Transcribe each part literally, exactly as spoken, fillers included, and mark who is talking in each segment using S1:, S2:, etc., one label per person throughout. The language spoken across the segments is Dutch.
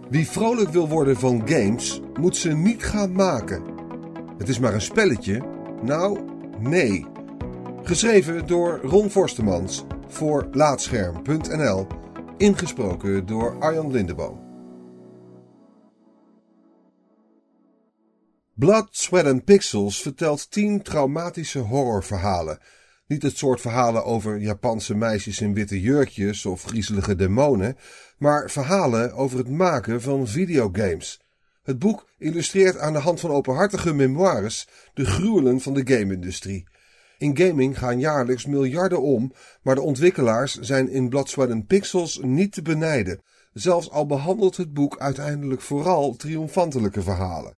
S1: Wie vrolijk wil worden van games, moet ze niet gaan maken. Het is maar een spelletje? Nou, nee. Geschreven door Ron Forstemans voor Laatscherm punt n l. Ingesproken door Arjan Lindeboom. Blood, Sweat and Pixels vertelt tien traumatische horrorverhalen. Niet het soort verhalen over Japanse meisjes in witte jurkjes of griezelige demonen, maar verhalen over het maken van videogames. Het boek illustreert aan de hand van openhartige memoires de gruwelen van de game-industrie. In gaming gaan jaarlijks miljarden om, maar de ontwikkelaars zijn in Blood, Sweat and Pixels niet te benijden. Zelfs al behandelt het boek uiteindelijk vooral triomfantelijke verhalen.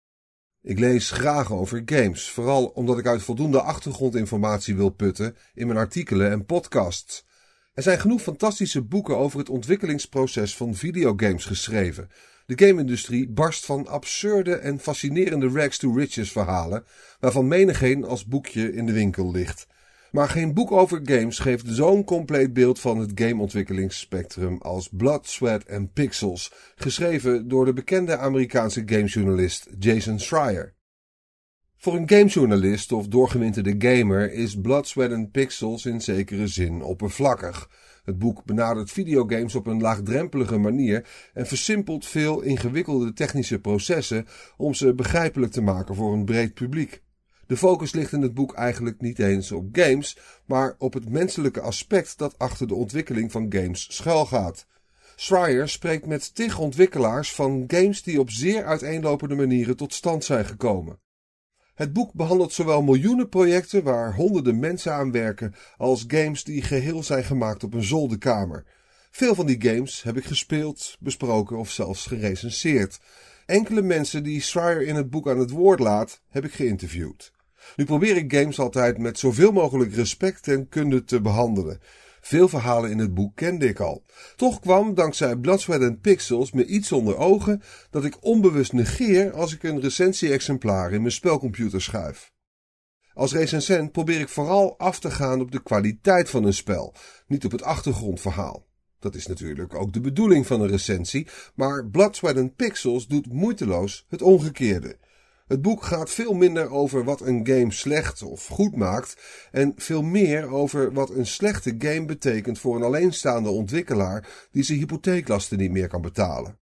S1: Ik lees graag over games, vooral omdat ik uit voldoende achtergrondinformatie wil putten in mijn artikelen en podcasts. Er zijn genoeg fantastische boeken over het ontwikkelingsproces van videogames geschreven. De game-industrie barst van absurde en fascinerende rags-to-riches verhalen, waarvan menigeen als boekje in de winkel ligt. Maar geen boek over games geeft zo'n compleet beeld van het gameontwikkelingsspectrum als Blood, Sweat and Pixels, geschreven door de bekende Amerikaanse gamejournalist Jason Schreier. Voor een gamejournalist of doorgewinterde gamer is Blood, Sweat and Pixels in zekere zin oppervlakkig. Het boek benadert videogames op een laagdrempelige manier en versimpelt veel ingewikkelde technische processen om ze begrijpelijk te maken voor een breed publiek. De focus ligt in het boek eigenlijk niet eens op games, maar op het menselijke aspect dat achter de ontwikkeling van games schuilgaat. Schreier spreekt met tig ontwikkelaars van games die op zeer uiteenlopende manieren tot stand zijn gekomen. Het boek behandelt zowel miljoenen projecten waar honderden mensen aan werken, als games die geheel zijn gemaakt op een zolderkamer. Veel van die games heb ik gespeeld, besproken of zelfs gerecenseerd. Enkele mensen die Schreier in het boek aan het woord laat, heb ik geïnterviewd. Nu probeer ik games altijd met zoveel mogelijk respect en kunde te behandelen. Veel verhalen in het boek kende ik al. Toch kwam dankzij Blood, Sweat and Pixels me iets onder ogen dat ik onbewust negeer als ik een recensie-exemplaar in mijn spelcomputer schuif. Als recensent probeer ik vooral af te gaan op de kwaliteit van een spel, niet op het achtergrondverhaal. Dat is natuurlijk ook de bedoeling van een recensie, maar Blood, Sweat and Pixels doet moeiteloos het omgekeerde. Het boek gaat veel minder over wat een game slecht of goed maakt en veel meer over wat een slechte game betekent voor een alleenstaande ontwikkelaar die zijn hypotheeklasten niet meer kan betalen.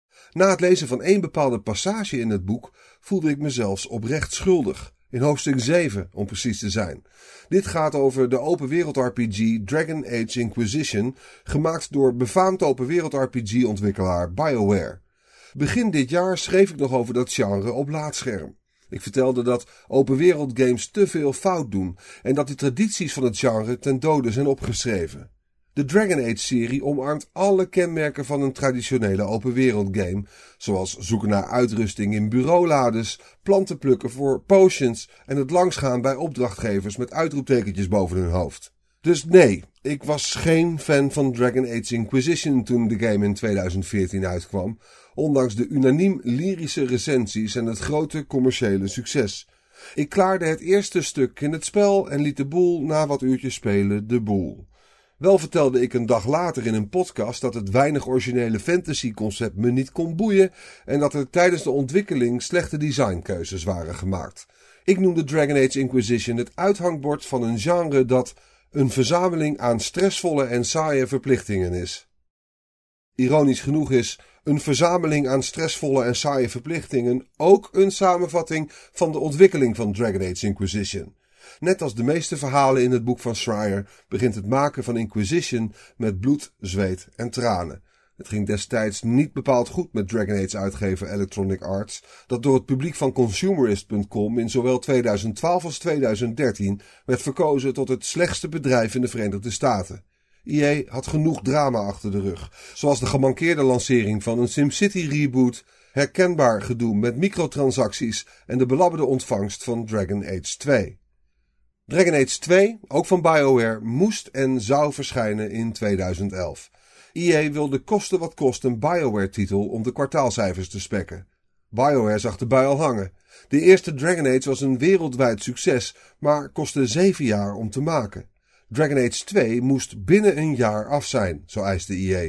S1: Na het lezen van één bepaalde passage in het boek voelde ik me zelfs oprecht schuldig. In hoofdstuk zeven, om precies te zijn. Dit gaat over de open wereld R P G Dragon Age Inquisition, gemaakt door befaamd open wereld R P G ontwikkelaar BioWare. Begin dit jaar schreef ik nog over dat genre op Laatscherm. Ik vertelde dat open wereld games te veel fout doen en dat de tradities van het genre ten dode zijn opgeschreven. De Dragon Age-serie omarmt alle kenmerken van een traditionele open wereld game, zoals zoeken naar uitrusting in bureaulades, planten plukken voor potions en het langsgaan bij opdrachtgevers met uitroeptekentjes boven hun hoofd. Dus nee, ik was geen fan van Dragon Age Inquisition toen de game in tweeduizend veertien uitkwam, ondanks de unaniem lyrische recensies en het grote commerciële succes. Ik klaarde het eerste stuk in het spel en liet de boel na wat uurtjes spelen de boel. Wel vertelde ik een dag later in een podcast dat het weinig originele fantasy-concept me niet kon boeien en dat er tijdens de ontwikkeling slechte designkeuzes waren gemaakt. Ik noemde Dragon Age Inquisition het uithangbord van een genre dat een verzameling aan stressvolle en saaie verplichtingen is. Ironisch genoeg is een verzameling aan stressvolle en saaie verplichtingen ook een samenvatting van de ontwikkeling van Dragon Age Inquisition. Net als de meeste verhalen in het boek van Schreier begint het maken van Inquisition met bloed, zweet en tranen. Het ging destijds niet bepaald goed met Dragon Age uitgever Electronic Arts, dat door het publiek van Consumerist punt com in zowel tweeduizend twaalf als tweeduizend dertien werd verkozen tot het slechtste bedrijf in de Verenigde Staten. E A had genoeg drama achter de rug, zoals de gemankeerde lancering van een SimCity reboot, herkenbaar gedoe met microtransacties en de belabberde ontvangst van Dragon Age twee. Dragon Age twee, ook van BioWare, moest en zou verschijnen in tweeduizend elf. E A wilde kosten wat kost een BioWare-titel om de kwartaalcijfers te spekken. BioWare zag de bui al hangen. De eerste Dragon Age was een wereldwijd succes, maar kostte zeven jaar om te maken. Dragon Age twee moest binnen een jaar af zijn, zo eiste E A.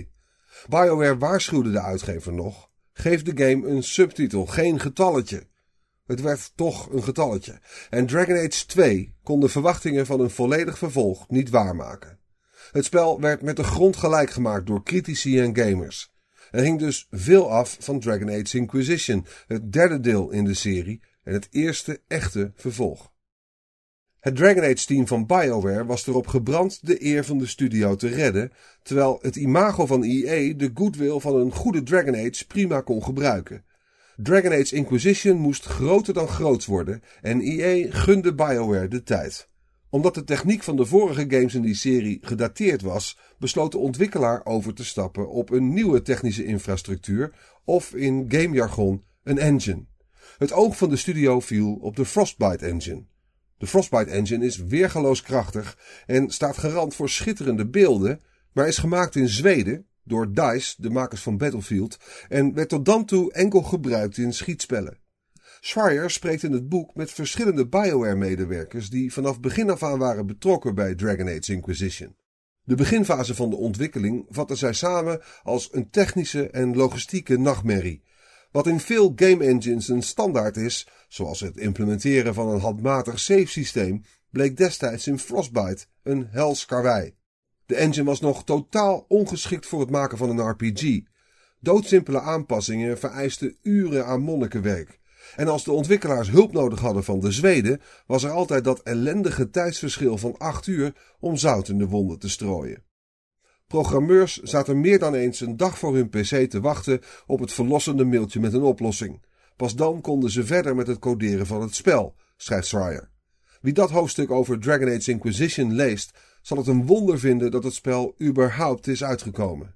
S1: BioWare waarschuwde de uitgever nog: geef de game een subtitel, geen getalletje. Het werd toch een getalletje. En Dragon Age twee kon de verwachtingen van een volledig vervolg niet waarmaken. Het spel werd met de grond gelijk gemaakt door critici en gamers. Er hing dus veel af van Dragon Age Inquisition, het derde deel in de serie en het eerste echte vervolg. Het Dragon Age team van BioWare was erop gebrand de eer van de studio te redden, terwijl het imago van E A de goodwill van een goede Dragon Age prima kon gebruiken. Dragon Age Inquisition moest groter dan groots worden en E A gunde BioWare de tijd. Omdat de techniek van de vorige games in die serie gedateerd was, besloot de ontwikkelaar over te stappen op een nieuwe technische infrastructuur of in gamejargon een engine. Het oog van de studio viel op de Frostbite engine. De Frostbite engine is weergaloos krachtig en staat garant voor schitterende beelden, maar is gemaakt in Zweden door DICE, de makers van Battlefield, en werd tot dan toe enkel gebruikt in schietspellen. Schreier spreekt in het boek met verschillende BioWare-medewerkers die vanaf begin af aan waren betrokken bij Dragon Age Inquisition. De beginfase van de ontwikkeling vatten zij samen als een technische en logistieke nachtmerrie. Wat in veel game engines een standaard is, zoals het implementeren van een handmatig save-systeem, bleek destijds in Frostbite een hels karwei. De engine was nog totaal ongeschikt voor het maken van een R P G. Doodsimpele aanpassingen vereisten uren aan monnikenwerk. En als de ontwikkelaars hulp nodig hadden van de Zweden, was er altijd dat ellendige tijdsverschil van acht uur om zout in de wonden te strooien. Programmeurs zaten meer dan eens een dag voor hun pc te wachten op het verlossende mailtje met een oplossing. Pas dan konden ze verder met het coderen van het spel, schrijft Schreier. Wie dat hoofdstuk over Dragon Age Inquisition leest, zal het een wonder vinden dat het spel überhaupt is uitgekomen.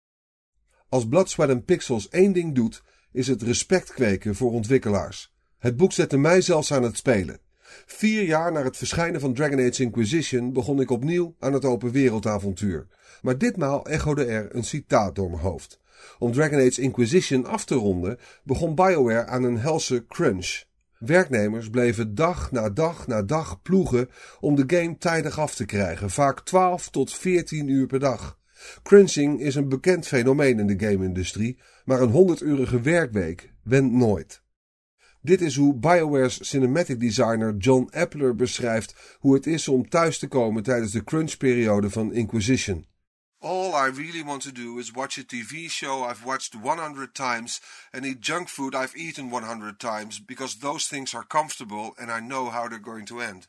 S1: Als Blood, Sweat and Pixels één ding doet, is het respect kweken voor ontwikkelaars. Het boek zette mij zelfs aan het spelen. Vier jaar na het verschijnen van Dragon Age Inquisition begon ik opnieuw aan het open wereldavontuur. Maar ditmaal echode er een citaat door mijn hoofd. Om Dragon Age Inquisition af te ronden begon BioWare aan een helse crunch. Werknemers bleven dag na dag na dag ploegen om de game tijdig af te krijgen, vaak twaalf tot veertien uur per dag. Crunching is een bekend fenomeen in de game-industrie, maar een honderd-urige werkweek went nooit. Dit is hoe BioWare's cinematic designer John Appler beschrijft hoe het is om thuis te komen tijdens de crunchperiode van Inquisition. All I really want to do is watch a T V show I've watched one hundred times and eat junk food I've eaten one hundred times because those things are comfortable and I know how they're going to end.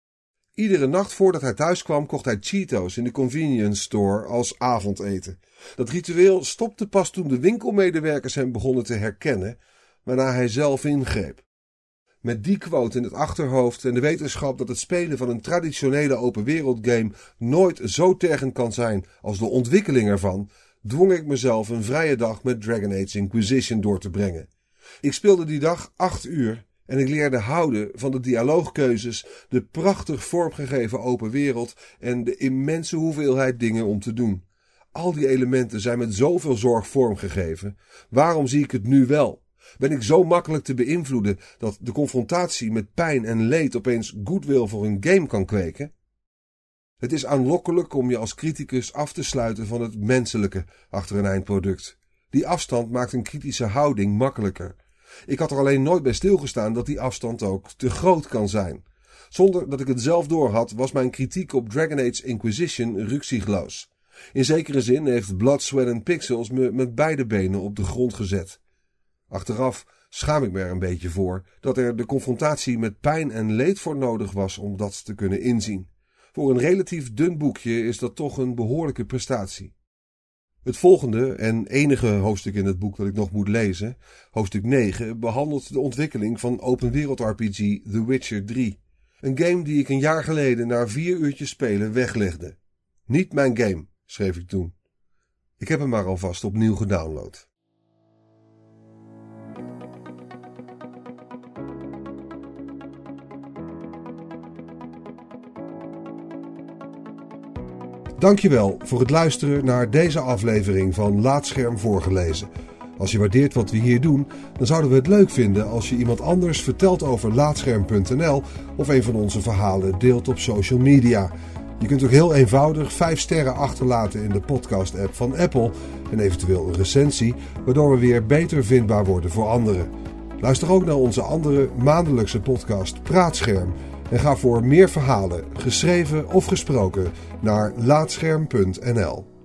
S1: Iedere nacht voordat hij thuis kwam kocht hij Cheetos in de convenience store als avondeten. Dat ritueel stopte pas toen de winkelmedewerkers hem begonnen te herkennen, waarna hij zelf ingreep. Met die quote in het achterhoofd en de wetenschap dat het spelen van een traditionele open wereld game nooit zo tergend kan zijn als de ontwikkeling ervan, dwong ik mezelf een vrije dag met Dragon Age Inquisition door te brengen. Ik speelde die dag acht uur en ik leerde houden van de dialoogkeuzes, de prachtig vormgegeven open wereld en de immense hoeveelheid dingen om te doen. Al die elementen zijn met zoveel zorg vormgegeven. Waarom zie ik het nu wel? Ben ik zo makkelijk te beïnvloeden dat de confrontatie met pijn en leed opeens goodwill voor een game kan kweken? Het is aanlokkelijk om je als criticus af te sluiten van het menselijke achter een eindproduct. Die afstand maakt een kritische houding makkelijker. Ik had er alleen nooit bij stilgestaan dat die afstand ook te groot kan zijn. Zonder dat ik het zelf doorhad, was mijn kritiek op Dragon Age Inquisition ruksigloos. In zekere zin heeft Blood, Sweat and Pixels me met beide benen op de grond gezet. Achteraf schaam ik me er een beetje voor dat er de confrontatie met pijn en leed voor nodig was om dat te kunnen inzien. Voor een relatief dun boekje is dat toch een behoorlijke prestatie. Het volgende en enige hoofdstuk in het boek dat ik nog moet lezen, hoofdstuk negen, behandelt de ontwikkeling van open wereld R P G The Witcher drie. Een game die ik een jaar geleden na vier uurtjes spelen weglegde. Niet mijn game, schreef ik toen. Ik heb hem maar alvast opnieuw gedownload. Dankjewel voor het luisteren naar deze aflevering van Laatscherm voorgelezen. Als je waardeert wat we hier doen, dan zouden we het leuk vinden als je iemand anders vertelt over Laatscherm punt n l of een van onze verhalen deelt op social media. Je kunt ook heel eenvoudig vijf sterren achterlaten in de podcast-app van Apple en eventueel een recensie, waardoor we weer beter vindbaar worden voor anderen. Luister ook naar onze andere maandelijkse podcast Praatscherm en ga voor meer verhalen, geschreven of gesproken, naar laatscherm punt n l.